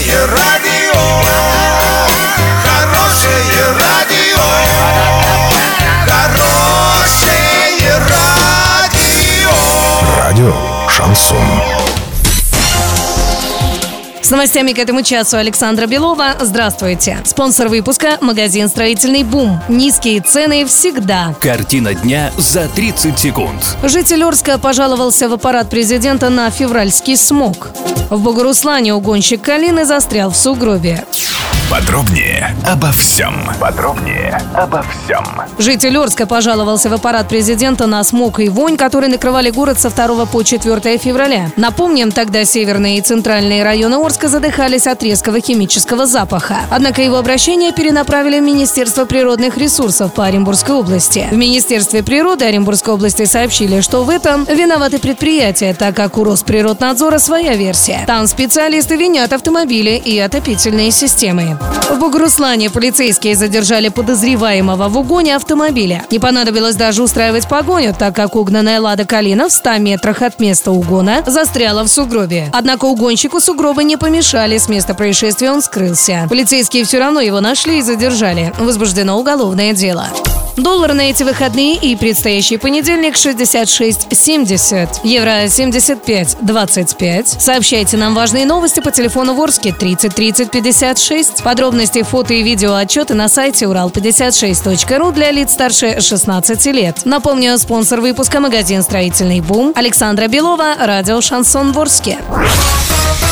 Хорошее радио, хорошее радио, хорошее радио. Радио Шансон. С новостями к этому часу Александра Белова. Здравствуйте. Спонсор выпуска – магазин «Строительный бум». Низкие цены всегда. Картина дня за 30 секунд. Житель Орска пожаловался в аппарат президента на февральский смог. В Богоруслане угонщик Калины застрял в сугробе. Подробнее обо всем. Житель Орска пожаловался в аппарат президента на смог и вонь, которые накрывали город со 2 по 4 февраля. Напомним, тогда северные и центральные районы Орска задыхались от резкого химического запаха. Однако его обращение перенаправили в Министерство природных ресурсов по Оренбургской области. В Министерстве природы Оренбургской области сообщили, что в этом виноваты предприятия, так как у Росприроднадзора своя версия. Там специалисты винят автомобили и отопительные системы. В Богоруслане полицейские задержали подозреваемого в угоне автомобиля. Не понадобилось даже устраивать погоню, так как угнанная «Лада Калина» в 100 метрах от места угона застряла в сугробе. Однако угонщику сугробы не помешали, с места происшествия он скрылся. Полицейские все равно его нашли и задержали. Возбуждено уголовное дело. Доллар на эти выходные и предстоящий понедельник 66.70. Евро 75.25. Сообщайте нам важные новости по телефону в Орске 30 30 56. Подробности, фото и видео отчеты на сайте урал56.ру для лиц старше 16 лет. Напомню, спонсор выпуска — магазин «Строительный бум». Александра Белова, радио «Шансон» в Орске.